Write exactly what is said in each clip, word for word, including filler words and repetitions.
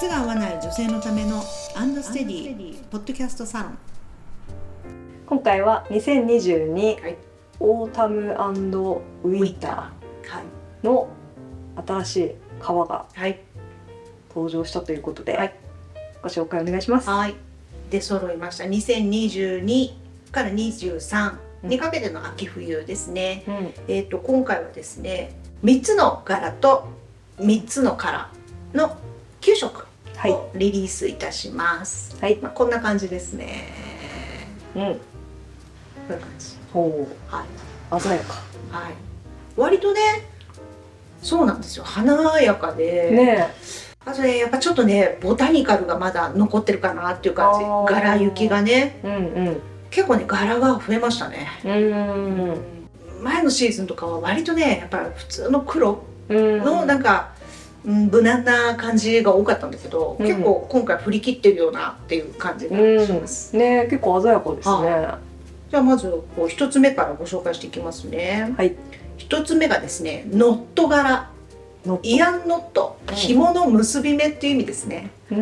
靴が合わない女性のためのアンドステディポッドキャストサロン。 今回はにせんにじゅうに、 はい、 オータム&ウィンターの新しい革が登場したということで、はい、ご紹介お願いします。 はい、出揃いました。にせんにじゅうにからにじゅうさんにかけての秋冬ですね、うん、えーと今回はですねみっつの柄とみっつのカラーのきゅうしょくをリリースいたします、はい、まあ、こんな感じですね。うん、こういう感じ。 ほう、はい、鮮やか。 はい、割とね、そうなんですよ、華やかで、ね、あとね、やっぱちょっとねボタニカルがまだ残ってるかなっていう感じ。柄行きがね、うんうん、結構ね柄が増えましたね。うん、前のシーズンとかは割とねやっぱり普通の黒のなんか、うん、無難な感じが多かったんだけど、うん、結構今回振り切ってるようなっていう感じがします、 うん、ね、結構鮮やかですね。 はあ、じゃあまずこうひとつめからご紹介していきますね。はい、ひとつめがですねノット柄、イアンノット、紐の結び目っていう意味ですね。うん、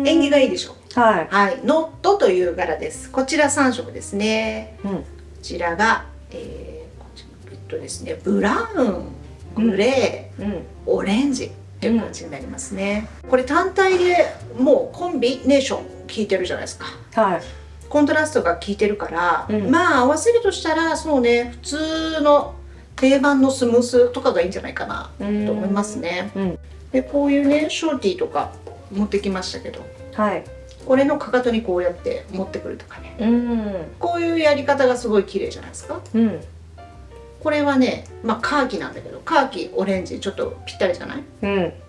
縁起がいいでしょ。はい、はい、ノットという柄です。こちらさんしょくですね、うん、こちらが、えー、こちらえっとですねブラウン、グレー、うん、オレンジっていう感じになりますね、うん、これ単体でもうコンビネーション効いてるじゃないですか。はい、コントラストが効いてるから、うん、まあ合わせるとしたらそうね、普通の定番のスムースとかがいいんじゃないかなと思いますね、うん、でこういうねショーティーとか持ってきましたけど、はい、これのかかとにこうやって持ってくるとかね、うん、こういうやり方がすごい綺麗じゃないですか、うん、これはね、まあカーキなんだけど、カーキ、オレンジちょっとぴったりじゃない？うん、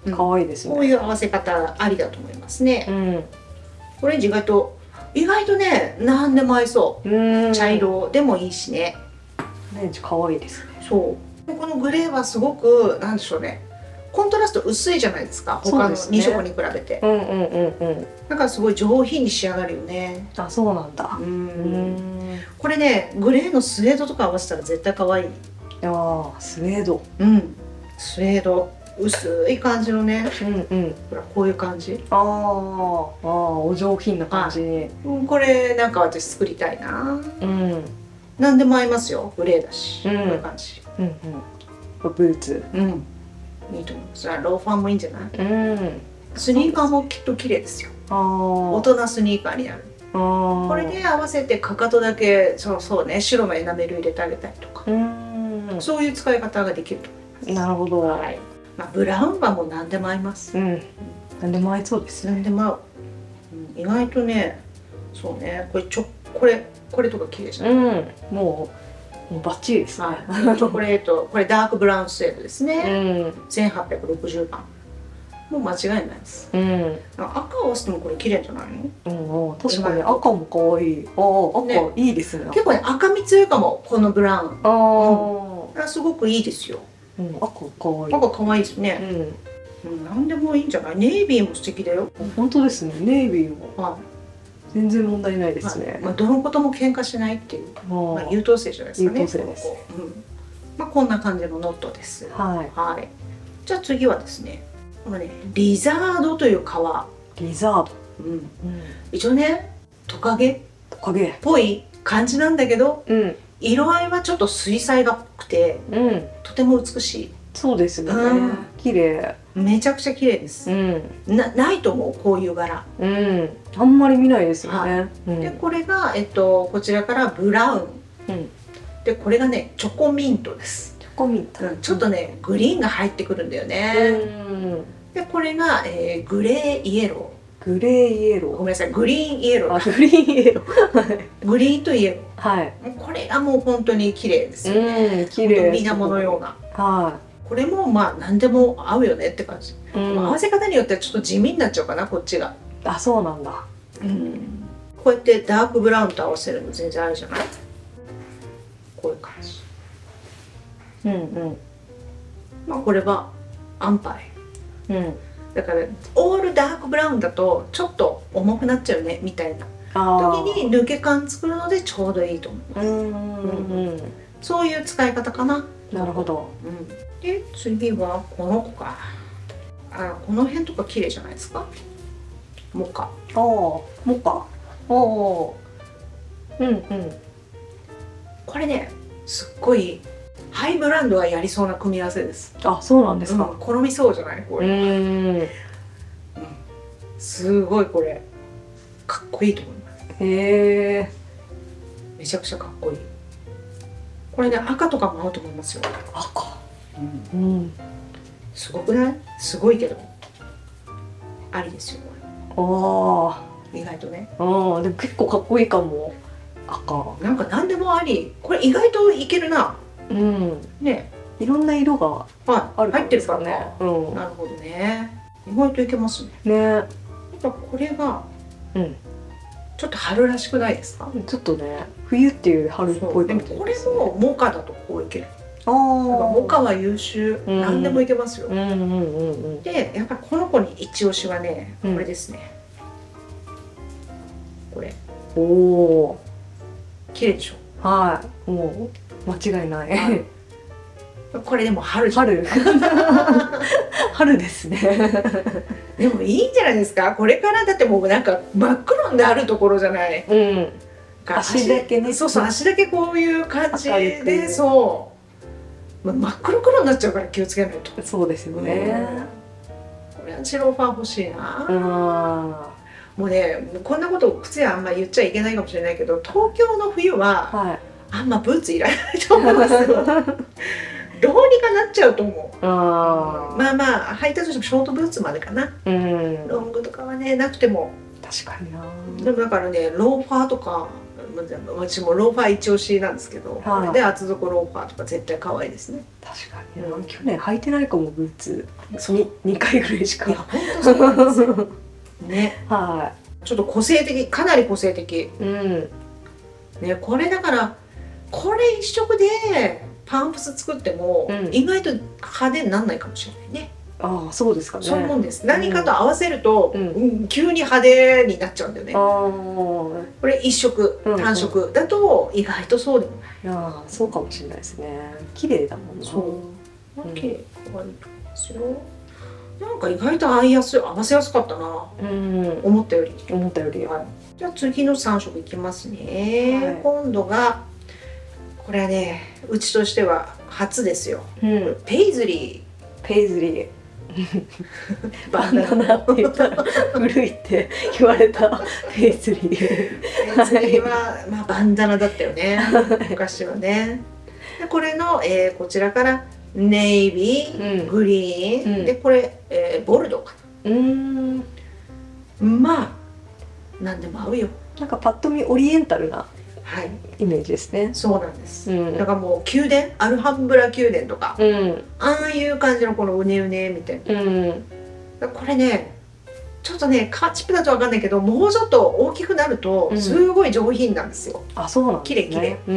可愛いですね。こういう合わせ方ありだと思いますね、うん、オレンジ意外と意外とね何でも合いそう、うん、茶色でもいいしね。 オレンジ可愛いですね。 そう、このグレーはすごくなんでしょうね、コントラスト薄いじゃないですか、他のにしょくに比べて。うんうんうんうん。だからすごい上品に仕上がるよね。 あ、そうなんだ。うん。 うん、これねグレーのスウェードとか合わせたら絶対可愛い。 ああ、スウェード。 うん。スウェード薄い感じのね。うんうん。ほらこういう感じ。ああ、ああ、 お上品な感じに。 うん、これなんか私作りたいな。うん。何でも合いますよ。グレーだし。うん、こういう感じ。うんうん。 ブーツ。 うん。いいと思います。ローファーもいいんじゃない？うん。スニーカーもきっと綺麗ですよ。ああ。大人スニーカーになる。ああ。これで合わせてかかとだけそうそうね、白のエナメル入れてあげたりとか。うん。そういう使い方ができると思います。 なるほど。はい。 まあブラウンはもう何でも合います。うん。 何でも合いそうですね。 何でも合う。うん、意外とね、そうね、これちょこれこれとか綺麗じゃない？うん。もうもうバッチリですね。はい、チョコレート、これダークブラウンスウェードですね。うん。せんはっぴゃくろくじゅうばん。もう間違いないです。うん。赤を合わせてもこれ綺麗じゃないの？ うん、確かに赤も可愛い。ああ、赤、ね、いいですね。 結構ね赤み強いかも、このブラウン。ああ、うん、すごくいいですよ。 うん、赤可愛い。 赤可愛いですね。うん。うん、なんでもいいんじゃない？ネイビーも素敵だよ。 本当ですね。ネイビーも。はい。全然問題ないですね。 まあどのことも喧嘩しないっていう。まあ優等生じゃないですかね。 優等生です。 うん。まあこんな感じのノットです。はい。はい。じゃあ次はですね。このね、リザードという革。 リザード。 うん。うん、一応ね、トカゲ。 トカゲ。 っぽい感じなんだけど、うん、色合いはちょっと水彩画っぽくて、うん、とても美しい。 そうですね。うん、綺麗。 めちゃくちゃ綺麗です。うん、なないと思う、こういう柄。 うん。あんまり見ないですよね。はい、 うん、でこれがえっとこちらからブラウン。うん、でこれがねチョコミントです。 チョコミント。 うん、ちょっとねグリーンが入ってくるんだよね。うん、でこれが、えー、グレーイエロー。グレーイエロー。 ごめんなさい、グリーンイエロー。 あ、グリーンイエロー。 グリーンとイエロー。 はい。 これがもう本当に綺麗ですよね。うん、綺麗。水面のような。はい。これもまあ何でも合うよねって感じ。うん、合わせ方によってはちょっと地味になっちゃうかな、こっちが。 あ、そうなんだ。 うん。こうやってダークブラウンと合わせるの全然あるじゃない。こういう感じ。うんうん。まあこれはアンパイ。うん。だからオールダークブラウンだとちょっと重くなっちゃうねみたいな時に抜け感作るのでちょうどいいと思います。うんうんうん。そういう使い方かな。 なるほど。 うん。で次はこの子か。あ、この辺とか綺麗じゃないですか。 モカ。 ああ、モカ。おお。うんうん。 これね、すっごいハイブランドがやりそうな組み合わせです。 あ、そうなんですか。 うん、好みそうじゃないこれ。うん。うん、すごいこれかっこいいと思います。 へえ。 めちゃくちゃかっこいい。これね、赤とかも合うと思いますよ。 赤。 うん。うん、すごくない？すごいけど。ありですよこれ。ああ。意外とね。 ああ、でも結構かっこいいかも。赤。 なんか何でもあり。これ意外といけるな。 うん。ね。いろんな色がある入ってるからね。 うん。なるほどね。意外といけますね。 ね。やっぱこれが、 うん。 ちょっと春らしくないですか？ ちょっとね、冬っていう春っぽい感じですね。でもこれもモカだとこういける。 ああ。 モカは優秀。何でもいけますよ。 うんうんうんうん。 で、やっぱりこの子に一押しはね、これですね。これ。おお。綺麗でしょ。 はい。もう間違いない。 これでも春じゃん。 春。春ですね。 でもいいんじゃないですか。これからだってもうなんか真っ黒になるところじゃない。 うん。足だけね。 そうそう、足だけこういう感じで、そう。真っ黒黒になっちゃうから気をつけないと。 そうですよね。 これはチローファー欲しいな。もうね、こんなこと靴屋あんま言っちゃいけないかもしれないけど、東京の冬はあんまブーツいらないと思いますよ。どうにかなっちゃうと思う。あまあまあ履いたとしてもショートブーツまでかな。うん、ロングとかはねなくても。 確かにな。 でもだからね、ローファーとか、私もローファー一押しなんですけど、これで厚底ローファーとか絶対可愛いですね。 確かに、うん、去年履いてないかもブーツ。にかいぐらいしか。 いや本当そうなんですよ。ね、 はい。 ちょっと個性的、かなり個性的。 うん。 ね、これだからこれ一色でパンプス作っても、うん、意外と派手にならないかもしれないね。 ああ、そうですかね。 そういうもんです。何かと合わせると、うんうん、急に派手になっちゃうんだよね。あこれ一色、単色だと意外とそうでもない。 ああ、そうかもしれないですね。綺麗だもんね。 そう。綺麗、可愛いと思いますよ。なんか意外と合いやすい、合わせやすかったな。うん、思ったより。 思ったより。 はい。じゃあ次のさん色いきますね。はい、今度がこれはね、うちとしては初ですよ。うん、ペイズリー。ペイズリー。バンダナって言ったら古いって言われたペイズリー。 ペイズリーはまあバンダナだったよね。昔はね。でこれの、えー、こちらからネイビー、うん、グリーン、うん、でこれ、えー、ボルドーかな。うん。まあ何でも合うよ。 なんかパッと見オリエンタルなイメージですね。 そうなんです。うん、だからもう宮殿、アルハンブラ宮殿とか、うん、ああいう感じのこのうねうねみたいな。うん、これね、ちょっとねカーチップだとわかんないけど、もうちょっと大きくなるとすごい上品なんですよ。 うん、あ、そうなんですね。 綺麗綺麗。うん。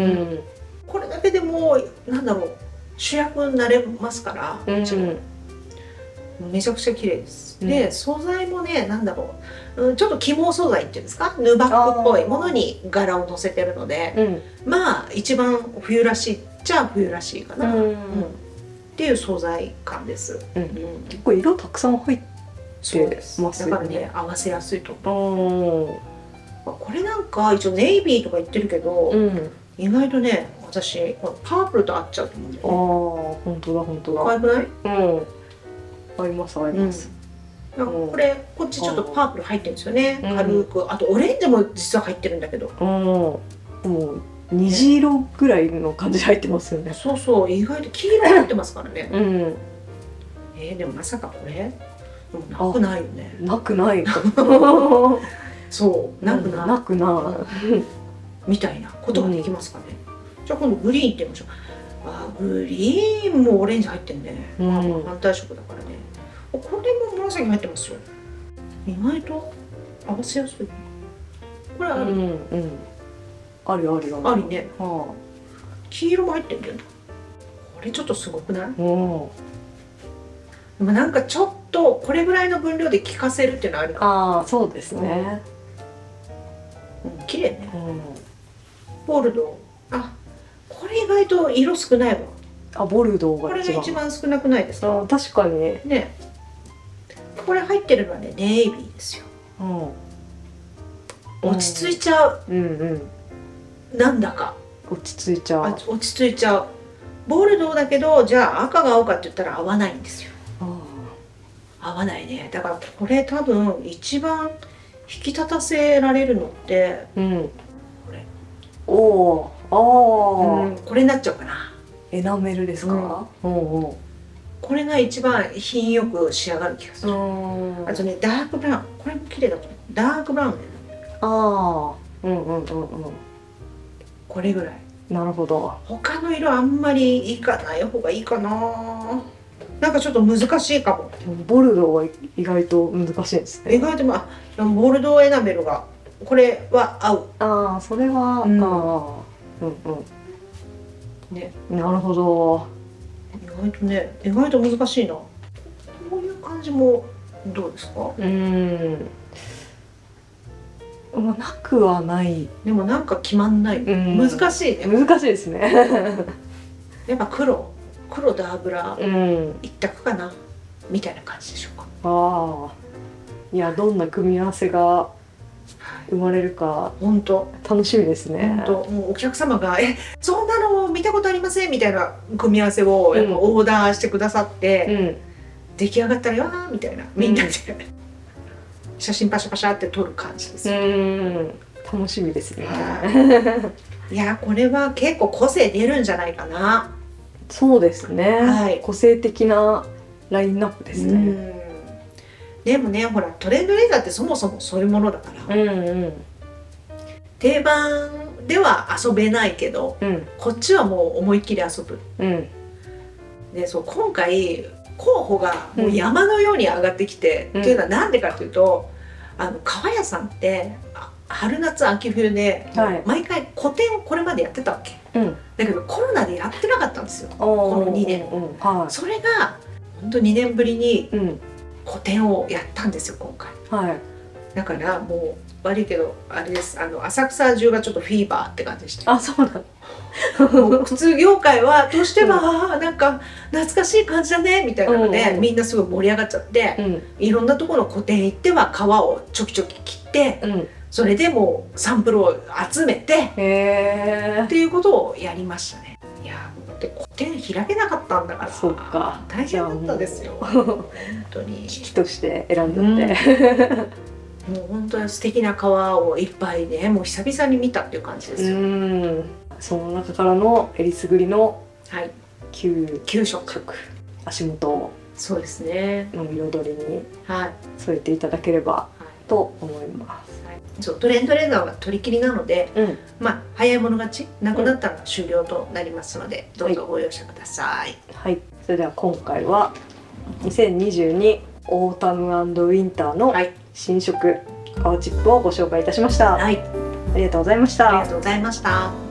これだけでもうなんだろう、主役になれますから、もちろん。めちゃくちゃ綺麗です。うん、で素材もね、なんだろう、うん、ちょっと起毛素材っていうんですか、ヌバックっぽいものに柄を乗せてるので、うん、まあ一番冬らしいっちゃ冬らしいかな、うんうん、っていう素材感です。 うんうん、結構色たくさん入ってますよね。 だからね、合わせやすいと思う。これなんか一応ネイビーとか言ってるけど、うん、意外とね、私このパープルと合っちゃうと思うんだよね。ああ、 本当だ本当だ。 可愛くない？うん。 合います合います。 うん、これこっちちょっとパープル入ってるんですよね。軽く。あとオレンジも実は入ってるんだけど。うん。 もう虹色ぐらいの感じで入ってますよね。 そうそう、意外と黄色入ってますからね。うん。えー、でもまさかこれ？でもなくないよね。 なくない。 そう、なくない。 なくない。 みたいなことができますかね。じゃあ今度グリーンいってみましょう。あ、グリーンもオレンジ入ってんね。うん、反対色だからね。これも紫入ってますよ。意外と合わせやすい。これある。うんうん。 あるあるあるね。はあ。黄色も入ってんだよ。これちょっとすごくない？うん。でもなんかちょっとこれぐらいの分量で効かせるっていうのはあるかも。 ああ、そうですね。 うん、綺麗ね。うん。ボルドー。あ、これ意外と色少ないわ。 あ、ボルドーがこれが一番少なくないですか？ あ、確かにね。これ入ってるのはね、ネイビーですよ。 うん、 落ち着いちゃう、 うんうんうん、 なんだか落ち着いちゃう落ち着いちゃう。ボルドーだけどじゃあ赤が合うかって言ったら合わないんですよ。合わないね。だからこれ多分一番引き立たせられるのって、うん、これおーあー、うん、これになっちゃうかな。 エナメルですか、うんうんうん、 これが一番品よく仕上がる気がする。あとねダークブラウン、これも綺麗だと思う。ダークブラウンね。ああ、うんうんうんうん。これぐらい。 なるほど。 他の色あんまりいかない方がいいかな。なんかちょっと難しいかも。 ボルドーは意外と難しいですね。 意外とまあボルドーエナメルがこれは合う。 ああ、それは、うん、あうんうん。ね、なるほど。 意外とね、意外と難しいな。こういう感じもどうですか？うん。 まあ、なくはない。 でもなんか決まんない。難しいね。 難しいですね。 やっぱ黒、黒と油一択かな、みたいな感じでしょうか。 ああ、いやどんな組み合わせが生まれるか本当楽しみですね。 本当もうお客様がえそんなの見たことありませんみたいな組み合わせをやっぱオーダーしてくださって、うん、出来上がったらわーみたいなみんなで、うん、写真パシャパシャって撮る感じですよ。 うん楽しみですね。 いやこれは結構個性出るんじゃないかな。 そうですね、はい、個性的なラインナップですね。うんでもねほらトレンドレザーってそもそもそういうものだから、うんうん、定番では遊べないけど、うん、こっちはもう思いっきり遊ぶ、うん、でそう今回候補がもう山のように上がってきて、うん、っていうのはなんでかっていうとあの革屋さんって春夏秋冬で、はい、毎回個展をこれまでやってたわけ、うん、だけどコロナでやってなかったんですよこのにねん、うんうんはい、それが本当にねんぶりに、うん個展をやったんですよ今回、はい、だからもう悪いけどあれです、あの浅草中がちょっとフィーバーって感じでした。 あ、そうなの靴業界はどうしては、うん、なんか懐かしい感じだねみたいなので、うんうん、みんなすごい盛り上がっちゃって、うん、いろんなところの個展行っては皮をちょきちょき切って、うん、それでもうサンプルを集めてっていうことをやりましたね。いやで個展開けなかったんだから、 そうか大変だったですよ本当に。 機器として選んだって、 うん、もう本当に素敵な革をいっぱいねもう久々に見たっていう感じですよ。 うんその中からのえりすぐりの 9, きゅう色足元をそうですねの彩りに添えていただければと思います。 そうトレンドレザーは取り切りなので、うん、まあ早い者勝ちなくなったら終了となりますので、うん、どうぞご容赦ください。 はい、はい、それでは今回はにせんにじゅうにオータム&ウィンターの新色革チップをご紹介いたしました。はい、ありがとうございました。 ありがとうございました。